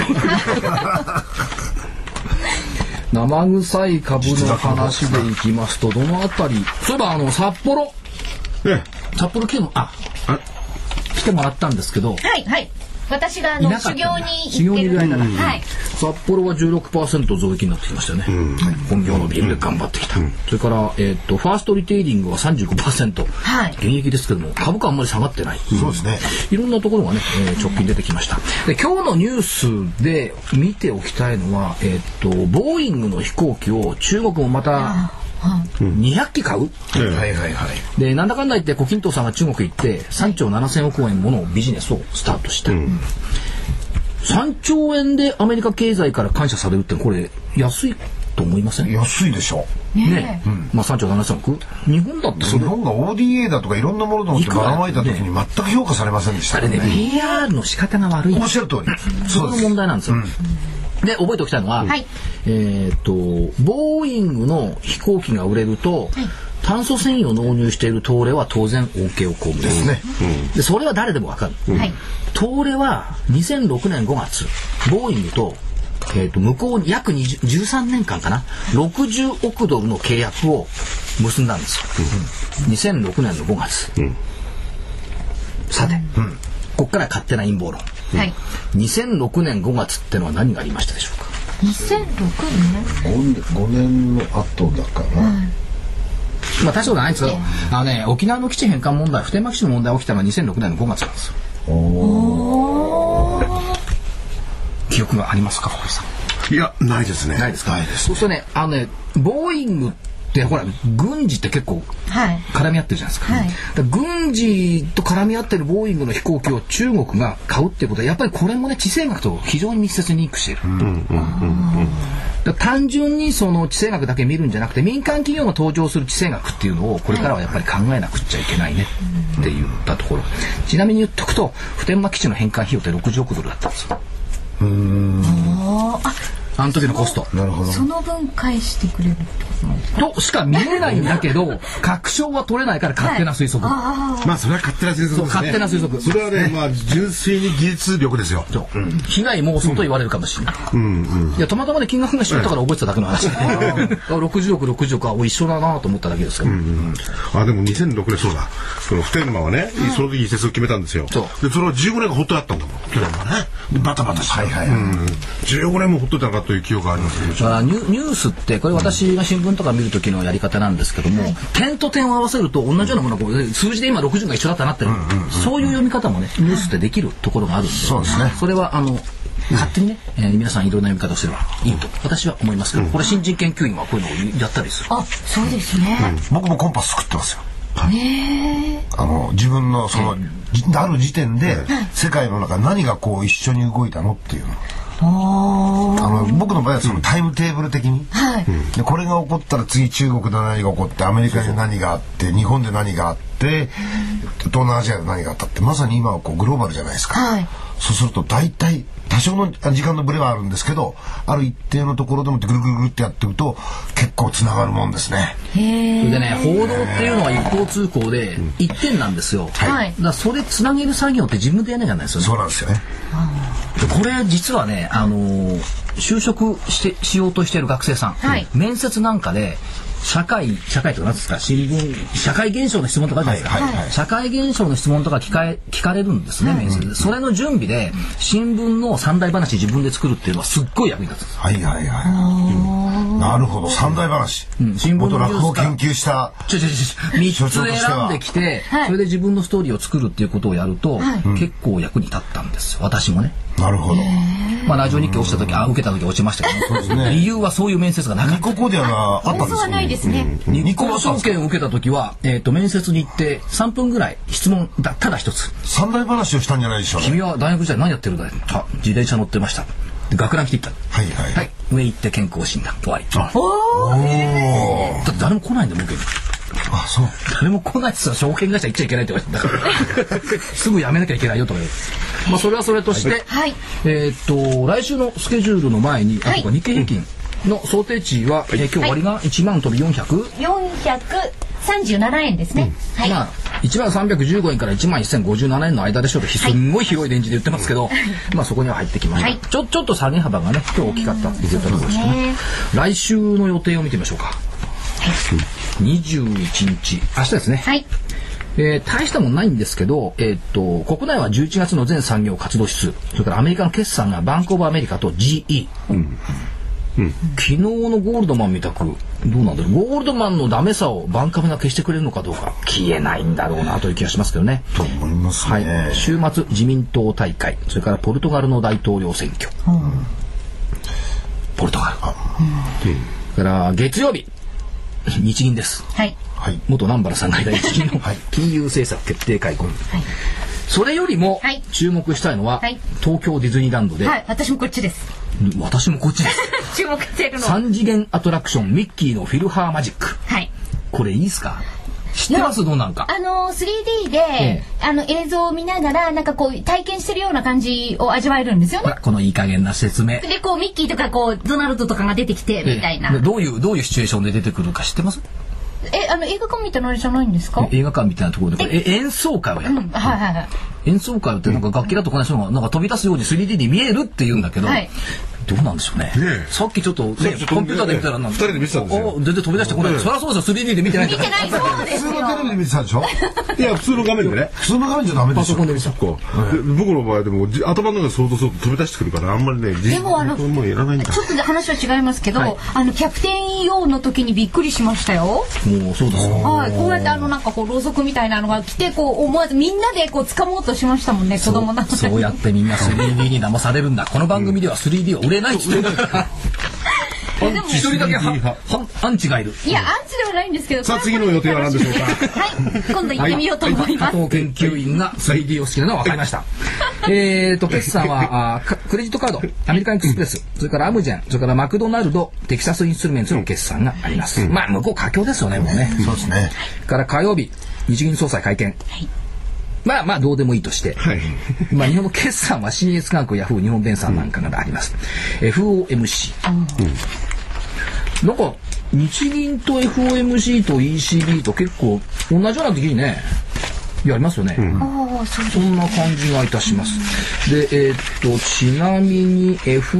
生臭い株の話でいきますと、どのあたり、そういえば札幌来てもらったんですけど、 私が修行にいる間だ、札幌は 16% 増益になってきましたよね。本業のビールで頑張ってきた。それから、ファーストリテイリングは 35%、減益ですけども、株価あんまり下がってない。 そうですね。 いろんなところがね、直近出てきました。で、今日のニュースで見ておきたいのは、ボーイングの飛行機を中国もまた200機買う、でなんだかんだ言って胡錦涛さんが中国行って3兆7000億円ものビジネスをスタートした、 3兆円でアメリカ経済から感謝されるってこれ安いと思いません？ 安いでしょね。まあ3兆7000億。日本だって日本が ODA だとかいろんなものと思ってばらまいた時に全く評価されませんでしたよね。 あれね PR の仕方が悪い。 おっしゃる通り。 その問題なんですよ。で覚えておきたいのは、ボーイングの飛行機が売れると、炭素繊維を納入している東レは当然恩恵を被るんですね。でそれは誰でもわかる。東レは2006年5月ボーイングと向こうに約13年間かな60億ドルの契約を結んだんですよ。2006年の5月。さて、ここから勝手な陰謀論。2006年5月ってのは何がありましたでしょうか。 2006年 5年の後だから、 まあ大したことないんですけど、沖縄の基地返還問題、普天間基地の問題が起きたのは2006年の5月なんですよ。記憶がありますか、小林さん。 いや、ないですね。 ないですか。そうするとね、ボーイングってほら軍事って結構絡み合ってるじゃないですか。だから軍事と絡み合ってるボーイングの飛行機を中国が買うっていうことはやっぱりこれもね地政学と非常に密接にリンクしている。だ単純にその地政学だけ見るんじゃなくて民間企業が登場する地政学っていうのをこれからはやっぱり考えなくっちゃいけないねって言ったところ。ちなみに言っとくと普天間基地の返還費用って60億ドルだったんですよ。あの時のコスト。 なるほど。 その分返してくれるってことなんですか。 としか見えないんだけど確証は取れないから勝手な推測。 まあそれは勝手な推測ですね。 勝手な推測。 それはね、まあ純粋に技術力ですよ。 被害も相当言われるかもしれない。いやたまたまで金額が一緒だったから覚えてただけの話で。60億は一緒だなと思っただけですから。 でも2006年そうだ。その普天間はね、その時に移設を決めたんですよ。でそれは15年がほっとやったんだもん。去年はね。バタバタして。15年もほっといたかという記憶があります。 ニュースってこれ私が新聞とか見る時のやり方なんですけども、点と点を合わせると同じようなものが数字で今60が一緒だったなってそういう読み方もねニュースってできるところがあるんで、 そうですね。 それは勝手にね、皆さんいろんな読み方をすればいいと私は思いますけど、これ新人研究員はこういうのをやったりする。 そうですね。 僕もコンパス作ってますよ。自分のそのある時点で世界の中何がこう一緒に動いたのっていうの。僕の場合はそのタイムテーブル的に、でこれが起こったら次中国で何が起こってアメリカで何があって日本で何があって東南アジアで何があったってまさに今はこうグローバルじゃないですか。そうすると大体多少の時間のブレはあるんですけどある一定のところでもってぐるぐるぐるってやっていくと結構つながるもんですね。 それでね報道っていうのは一方通行で一点なんですよ。だからそれつなげる作業って自分でやらなきゃいけないですよね。 そうなんですよね。 これ実はね就職しようとしている学生さん、面接なんかで社会とか何ですか新聞社会現象の質問とかあるじゃないですか。社会現象の質問とか聞かれるんですね、面接で。それの準備で新聞の三大話自分で作るっていうのはすっごい役に立つんです。 なるほど三大話。新聞の落語を研究した 3つ選んできてそれで自分のストーリーを作るっていうことをやると結構役に立ったんですよ私もね。 なるほど。 ラジオ日記落ちた時受けた時落ちましたけど、理由はそういう面接がなかった。 ニココではあったんですか。 ですね。 ニコ証券を受けた時は面接に行って3分ぐらい質問ただ一つ。 三大話をしたんじゃないでしょうか。 君は大学時代何やってるんだい。自転車乗ってました。学ラン着ていった。上行って健康診断終わり。だって誰も来ないんだもん。 そう。 誰も来ないっすよ。証券会社行っちゃいけないって言われたからすぐ辞めなきゃいけないよとか言う。それはそれとして、来週のスケジュールの前にあと日経平均の想定値は、今日終わりが1万飛び 437円ですね。 1万315円から1万1057円の間でしょうとすんごい広いレンジで言ってますけど、そこには入ってきました。ちょっと下げ幅がね今日大きかったっていうところですね。来週の予定を見てみましょうか。21日明日ですね。大したもんないんですけど、国内は11月の全産業活動指数、それからアメリカの決算がバンクオブアメリカと GE、昨日のゴールドマンみたくどうなんだろう。ゴールドマンのダメさをバンカメが消してくれるのかどうか消えないんだろうなという気がしますけどね。 と思いますね。 週末自民党大会、それからポルトガルの大統領選挙、ポルトガル、それから月曜日日銀です。元南原さんがいた日銀の金融政策決定会合、 それよりも注目したいのは、東京ディズニーランドで、 私もこっちです。 私もこっちです注目してるの 3次元アトラクションミッキーのフィルハーマジック、これいいですか？知ってます？どうなんか 3D で、映像を見ながらなんかこう体験してるような感じを味わえるんですよね。 このいい加減な説明で、こうミッキーとかこうドナルドとかが出てきてみたいな、 どういうシチュエーションで出てくるか知ってます？ 映画館みたいなあれじゃないんですか？ 映画館みたいなところでこれ演奏会をやる、演奏会ってなんか楽器だとこの人がなんか飛び出すように 3D に見えるって言うんだけど、どうなんでしょうね。さっきちょっとねコンピューターで見たら2 人で見てたんですよ。 全然飛び出してこない。そりゃそうですよ 3D で見てない。 見てないそうですよ。 普通のテレビで見てたでしょ。 いや普通の画面でね。 普通の画面じゃダメですよ。 パソコンで見てた。 僕の場合でも頭の中で想像すると飛び出してくるからあんまりね。 でももういらないんだ。 ちょっと話は違いますけど、キャプテン EO の時にびっくりしましたよ。 もうそうですね。 こうやってなんかこうろうそくみたいなのが来てこう思わずみんなでこう掴もうとしましたもんね、子供なのに。 そうやってみんな 3D に騙されるんだ。この番組では 3D は売れないって言ってるから。一人だけアンチがいる。 いやアンチではないんですけど。 さあ次の予定は何でしょうか。 今度行ってみようと思います。 加藤研究員が 3D を好きなのは分かりました。決算はクレジットカード、アメリカンエクスプレス、それからアムジェン、それからマクドナルド、テキサスインストゥルメンツの決算があります。まあ向こう佳境ですよね、もうね。 そうですね。 から火曜日日銀総裁会見。まあどうでもいいとして、日本の決算は信越科学、ヤフー、日本電産なんかがあります。FOMC、なんか日銀と FOMC と ECB と結構同じような時にねやりますよね。そんな感じがいたします。でちなみに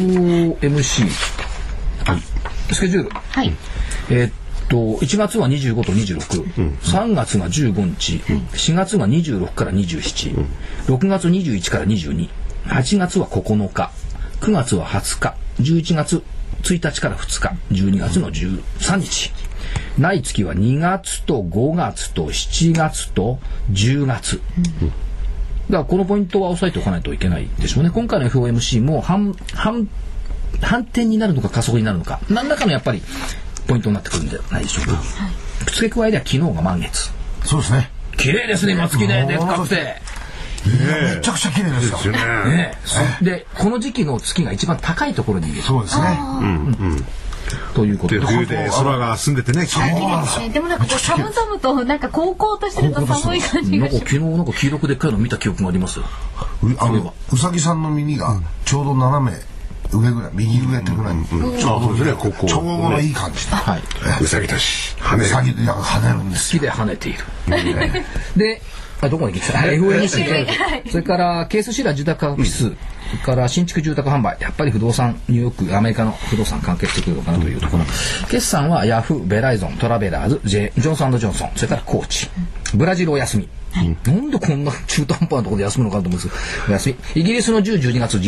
FOMC、スケジュール、1月は25と26、3月が15日、4月が26から27、6月21から22、8月は9日、9月は20日、11月1日から2日、12月の13日。ない月は2月と5月と7月と10月。だからこのポイントは押さえておかないといけないでしょうね。今回の FOMC も反転になるのか加速になるのか、何らかのやっぱりポイントになってくるんじゃないでしょうか。付け加えでは昨日が満月。 そうですね。 綺麗ですね、今月ね、でっかくて。 めちゃくちゃ綺麗ですよね。でこの時期の月が一番高いところにいる。 そうですね。 ということで冬で空が澄んでてね、綺麗ですね。でもなんか寒々となんか高校としてると寒い感じがします。 昨日なんか黄色くでっかいの見た記憶がありますよ。 うさぎさんの耳がちょうど斜め上ぐらい、右上ってぐらいに、ちょうどいい感じで、 うさぎだし跳ねるんですよ。好きで跳ねている。でどこに来た FOMC で、それからケースシーラー住宅価格指数から新築住宅販売、やっぱり不動産ニューヨークアメリカの不動産関係してくるのかなというところ。決算はヤフー、ベライゾン、トラベラーズ、ジョンソン&ジョンソン、それからコーチ、ブラジルお休み。なんでこんな中途半端なところで休むのかと思うんですけど、お休み。イギリスの10、12月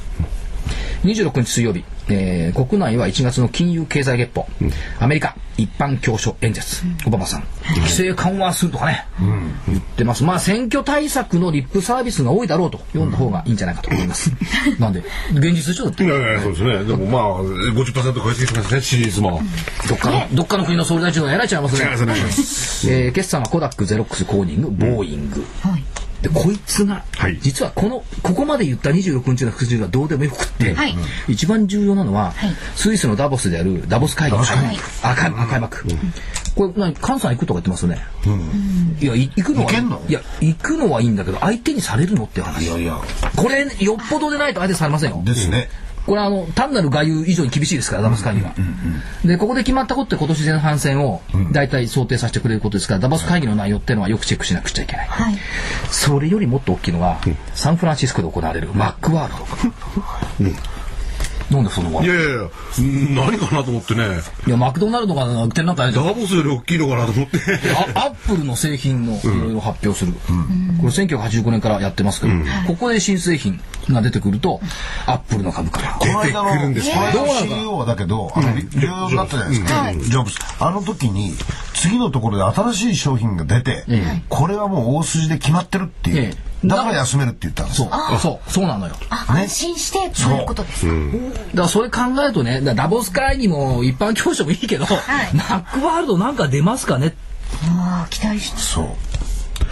GDP。26日水曜日、国内は1月の金融経済月報、アメリカ一般教書演説、オバマさん規制緩和するとかね、言ってます。まあ選挙対策のリップサービスが多いだろうと読んだ方がいいんじゃないかと思います。なんで現実でしょ。 いやそうですね。でもまあ 50% 超えてきてますね、シリーズも。 どっかの国の総理大臣がやられちゃいますね。決算はコダック、ゼロックス、コーニング、ボーイング。でこいつが、実はここまで言った26日の副次がどうでもよくって、一番重要なのは、スイスのダボスであるダボス会議の赤い幕。これ関西行くとか言ってますよね。いや行くのはいいんだけど相手にされるのって話。これよっぽどでないと相手されませんよ。 ですね。 これ単なる外遊以上に厳しいですから、ダボス会議は。でここで決まったことって今年前半戦を大体想定させてくれることですから、ダボス会議の内容っていうのはよくチェックしなくちゃいけない。それよりもっと大きいのが、サンフランシスコで行われるマックワールド。なんでそのいや何かなと思ってね。 いやマクドナルドが展覧会ダボスより大きいのかなと思って。 アップルの製品のいろいろ発表する。これ1985年からやってますけど、ここで新製品が出てくるとアップルの株価が出てくるんです。この間の CEO だけど重要になったじゃないですか。ジョブズ。あの時に次のところで新しい商品が出て、これはもう大筋で決まってるっていう。だから休めるって言ったんです。 そうなのよ。 安心してそういうことです。 だからそれ考えるとね、ダボス会議も一般教書もいいけど、マックワールドなんか出ますかね。 期待して。 そう。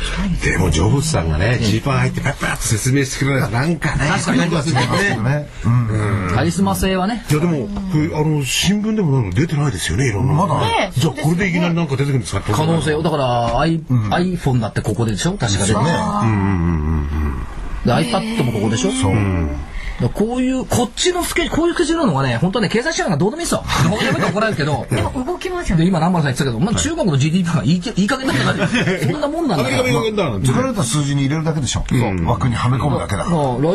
でもジョブズさんがねジーパン入ってパッパッと説明してくれないとなんかね確かに違いますよね。 カリスマ性はね。 いやでも新聞でも出てないですよねいろんな。 まだね。 じゃあこれでいきなりなんか出てくるんですか。 可能性をだから iPhone だってここでしょ確かね。で iPad もここでしょ。こういうこっちのこういうスケジュールのがね本当はね経済指標がどうでもいいですよ。やめて怒られるけど。 でも動きますよね。 で今南原さん言ってたけど、中国の GDP がいい加減だってないそんなもんなんだから。 作られた数字に入れるだけでしょ。枠にはめ込むだけだから。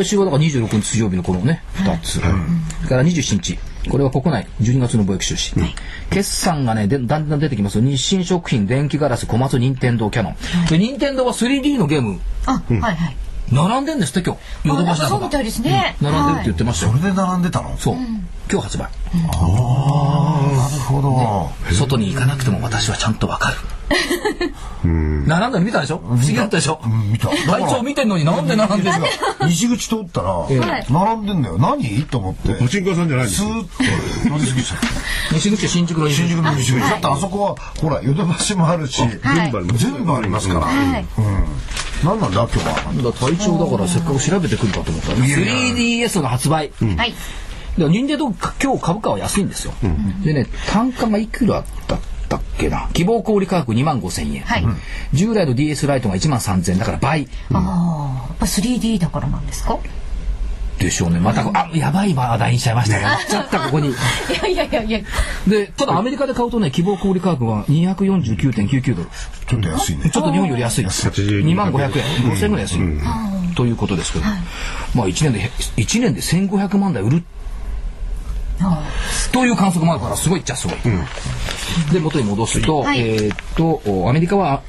来週はだから26日水曜日のこのね2つ。から27日。これは国内12月の貿易収支、決算がねだんだん出てきますよ。日清食品、電気ガラス、小松、任天堂、キャノンで任天堂は 3D のゲーム並んでんですって今日ヨドバシだとかそうみたいですね、 並んでるって言ってましたよ。 それで並んでたの。 そう、今日発売。 なるほど。 外に行かなくても私はちゃんとわかる。並んだの見たでしょ。不思議だったでしょ。 見た。 会長見てんのになんで並んでるんですか。 西口通ったら並んでんだよ。何と思ってパチンコ屋さんじゃないんですよ。 スーッと乗り過ぎちゃった。 西口は新宿の西口だってあそこはほらヨドバシもあるし全部ありますから。何なんだ今日は。 隊長だからせっかく調べてくるかと思ったら 3DS の発売。任天堂今日株価は安いんですよ。でね単価がいくらだったっけな。希望小売価格25,000円、従来の DS ライトが13,000円だから倍。 ああ 3D だからなんですかでしょうね。またやばい話題にしちゃいましたね。言っちゃったここに。いやでただアメリカで買うとね希望小売価格は249.99ドル。 ちょっと安いね。 ちょっと日本より安いです。25,500円5,000円ぐらい安い、ということですけど、まあ1年で1,500万台売るという観測もあるからすごいっちゃすごい。で元に戻すと、アメリカは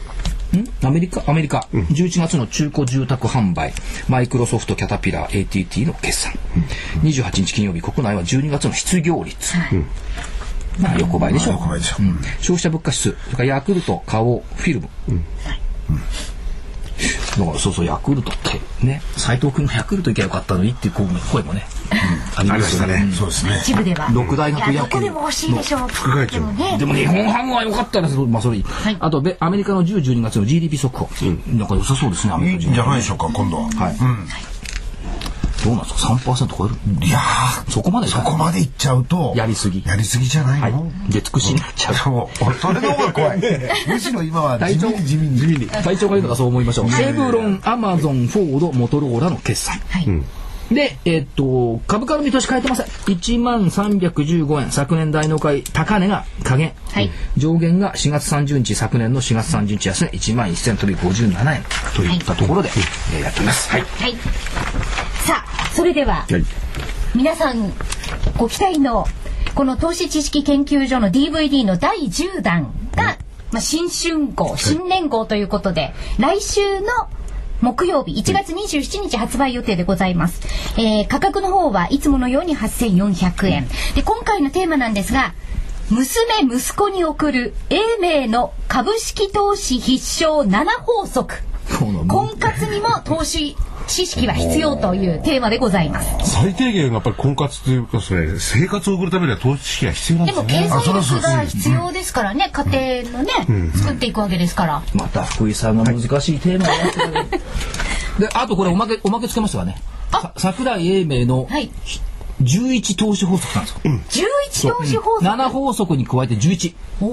11月の中古住宅販売マイクロソフト、キャタピラー、ATT の決算、28日金曜日国内は12月の失業率、まあ横ばいでしょう。消費者物価指数、それからヤクルト、花王、フィルム、だからそうヤクルトってね斉藤君がヤクルト行けばよかったのにっていう声もね、ありましたね。 そうですね。 一部では 6大学野球どこでも欲しいでしょう。 副会長でも日本ハムは良かったです。まあそれいい。あとアメリカの10、12月の GDP 速報、なんか良さそうですね。 いいんじゃないでしょうか今度は。 どうなんですか 3% 超える。いやそこまでいっちゃうとやりすぎじゃないの。 出尽くしになっちゃう。 それの方が怖い。むしろ今は地味に隊長が言うのがそう思いましょう。シェブロン、アマゾン、フォード、モトローラの決算で、株価の見通し変えてません。1315円。昨年大納会高値が下限、上限が4月30日昨年の4月30日安値11,000飛び57円といったところで、やっています。 さあそれでは、皆さんご期待のこの投資知識研究所の DVD の第10弾が、新春号新年号ということで、来週の木曜日1月27日発売予定でございます。価格の方はいつものように8,400円で、今回のテーマなんですが、娘息子に送る英明の株式投資必勝7法則、婚活にも投資知識は必要というテーマでございます。 最低限やっぱり婚活というか生活を送るためには投資知識が必要なんですよね。 でも経済力が必要ですからね、家庭のね、作っていくわけですから。 また福井さんが難しいテーマで、あとこれおまけつけましたかね。桜井英明の11投資法則なんですよ。 11投資法則。 7法則に加えて11。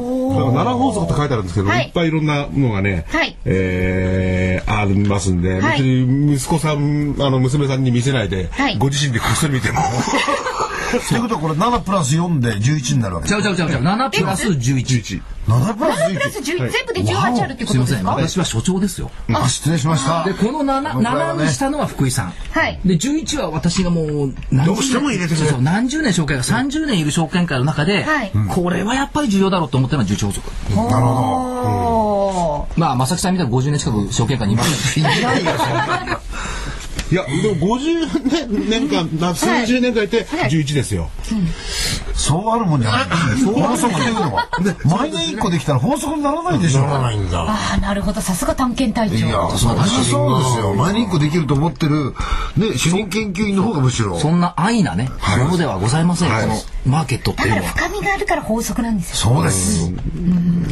7法則って書いてあるんですけど、いっぱいいろんなのがね、ありますんで、別に息子さん娘さんに見せないで、ご自身でこっそり見ても。 ということはこれ7プラス4で11になるわけ。 違う7プラス11。 7プラス 11全部で18あるってことですか。 すいません、私は所長ですよ。 失礼しました。 でこの7にしたのは福井さん、で11は私がもうどうしても入れてくれる。 何十年証券が30年いる証券会の中で、これはやっぱり重要だろうと思ってるのは11法則。 なるほど。まあ正木さんみたいに50年近く証券会にいますね。 いやでも50年間数十年間いて11ですよ。 そうあるもんじゃない。法則というのは毎年1個できたら法則にならないでしょ。ならないんだ。 ああなるほど、さすが探検隊長。 いやそうですよ。毎年1個できると思ってるね主任研究員の方がむしろそんな安易なねものではございません。このマーケットっていうのはだから深みがあるから法則なんですよ。 そうです。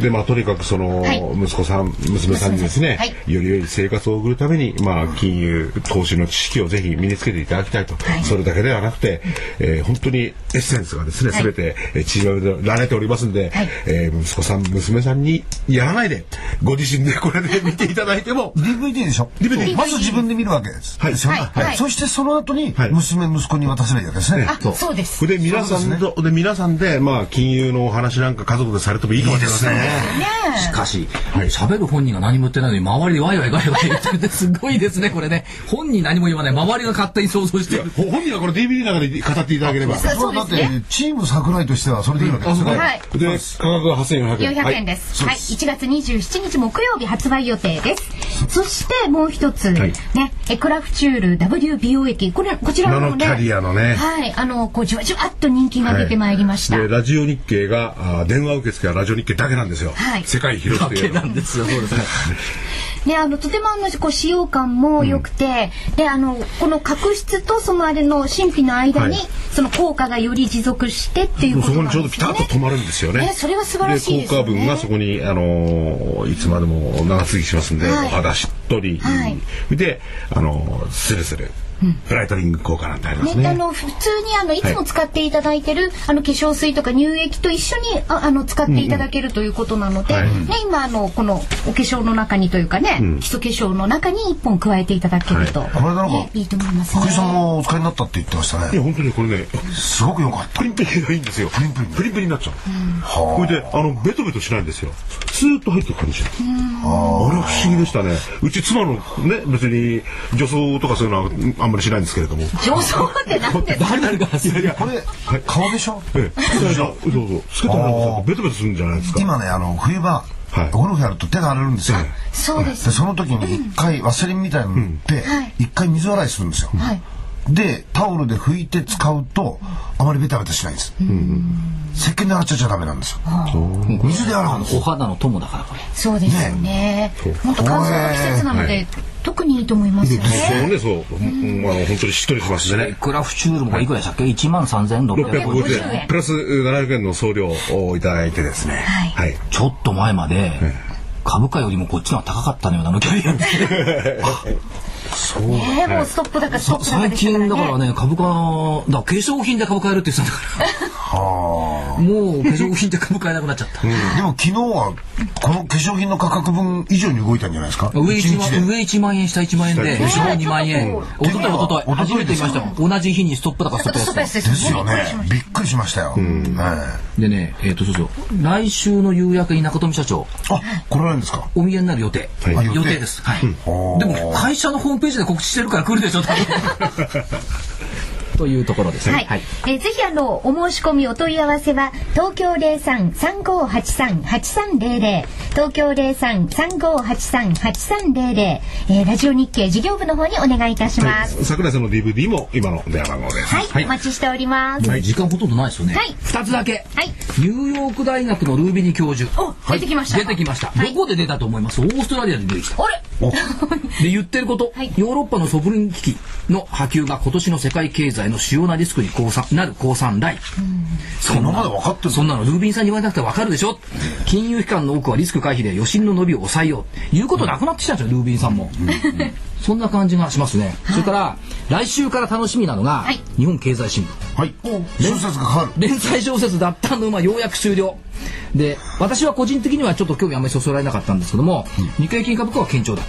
でとにかくその息子さん娘さんにですね、より良い生活を送るために金融投資の知識をぜひ身につけていただきたいと、それだけではなくて、本当にエッセンスがですね全て散られておりますんで、息子さん娘さんにやらないでご自身でこれで見ていただいても DVD でしょ。 DVD まず自分で見るわけです。ですよね。そしてその後に娘息子に渡せばいいわけですね。 そうです。 で皆さんで金融のお話なんか家族でされてもいいかもしれませんね。 しかし喋る本人が何も言ってないのに周りでワイワイガヤガヤ言ってるってすごいですねこれね。本人何も言わない周りが勝手に想像してる。 本人はこの DVD の中で語っていただければ。 だってチーム桜井としてはそれでいいわけですね。 で価格が8400 円です。1月27日木曜日発売予定です。そしてもう一つね、クラフチュール W 美容液、こちらもね、 ナノキャリアのね、 じわじわっと人気が出てまいりました。 ラジオ日経が電話受付はラジオ日経だけなんですよ。世界広くてだけなんですよ。そうですね。 とても使用感も良くて、でこの角質とその真皮の間にその効果がより持続してっていうことなんですね。 そこにちょうどピタッと止まるんですよね。 それは素晴らしいですよね。 効果分がそこにいつまでも長続きしますんで、お肌しっとりでスルスルブライトニング効果なんてありますね。 普通にいつも使っていただいてる化粧水とか乳液と一緒に使っていただけるということなので、今このお化粧の中にというかね、基礎化粧の中に1本加えていただけるといいと思いますね。 福井さんもお使いになったって言ってましたね。 いや本当にこれねすごく良かった。 プリンプリンがいいんですよ。プリンプリンになっちゃう。これでベトベトしないんですよ。スーッと入ってる感じ。あれは不思議でしたね。うち妻のね別に女装とかそういうのはあんまりしないんですけれども。 女装ってなんで誰がこれ顔でしょ。 そうつけたらベトベトするんじゃないですか。 今ね冬場ゴルフやると手が荒れるんですよ。 そうです。 その時に一回ワセリンみたいなの塗って一回水洗いするんですよ。でタオルで拭いて使うとあまりベタベタしないんです。石鹸で洗っちゃダメなんですよ。水で洗うんです。 お肌の友だからこれ。 そうですよね。本当乾燥の季節なので特にいいと思いますよね。 本当にしっとりしますね。 クラフチュールもいくらでしたっけ？13,650 円プラス700円の送料をいただいてですね。 ちょっと前まで株価よりもこっちの方が高かったのよなキャリアで。 そうね、もうストップ高最近だからね株価化粧品で株買えるって言ってたんだからもう化粧品で株買えなくなっちゃった。 でも昨日はこの化粧品の価格分以上に動いたんじゃないですか。 上1万円下1万円で下2万円。おととい初めて見ましたよ。同じ日にストップ高ストップ安ですよね。びっくりしましたよ。 でね来週の夕焼けに中富社長来られるんですか。 お見えになる予定です。でも会社のホームページで告知してるから来るでしょ多分。というところですね。 ぜひお申し込みお問い合わせは東京03-3583-8300東京03-3583-8300ラジオ日経事業部の方にお願いいたします。 桜井さんの DVD も今の電話番号です。 お待ちしております。 時間ほとんどないですよね。2つだけ。ニューヨーク大学のルービニ教授出てきました。 どこで出たと思います？オーストラリアで出てきた。で言ってること、ヨーロッパのソブリン危機の波及が今年の世界経済の主要なリスクになる降参来。 そんなのまで分かってる。 そんなのルービンさんに言われなくて分かるでしょ。金融機関の多くはリスク回避で余震の伸びを抑えよういうことなくなってきたんですよルービンさんも。そんな感じがしますね。それから来週から楽しみなのが日本経済新聞。 小説が変わる。 連載小説だったのようやく終了で、私は個人的にはちょっと興味あんまりそそられなかったんですけども、日経平均株価は堅調だった。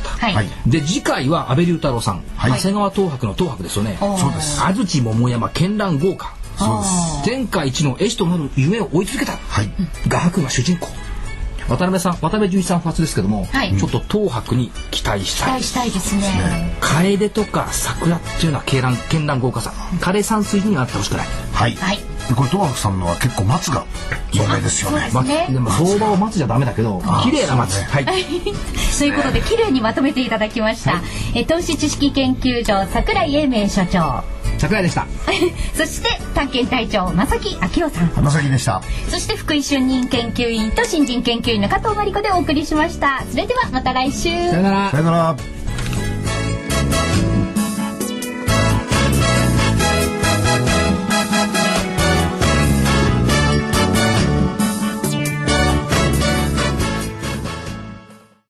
で次回は安倍龍太郎さん、長谷川東博の東博ですよね。 そうです。 安土桃山絢爛豪華。 そうです。 天下一の絵師となる夢を追い続けた画伯が主人公。渡辺淳一さん初ですけども、ちょっと東博に期待したいですね。 楓とか桜っていうのは絢爛豪華さ、枯山水にはあってほしくない。 これ東博さんのは結構松が有名ですよね。 でも相場を松じゃダメだけど綺麗な松。 ということで綺麗にまとめていただきました。投資知識研究所櫻井英明所長。 桜井でした。 そして探検隊長正木明夫さん。 正木でした。 そして福井春任研究員と新人研究員の加藤真理子でお送りしました。それではまた来週。 さよなら。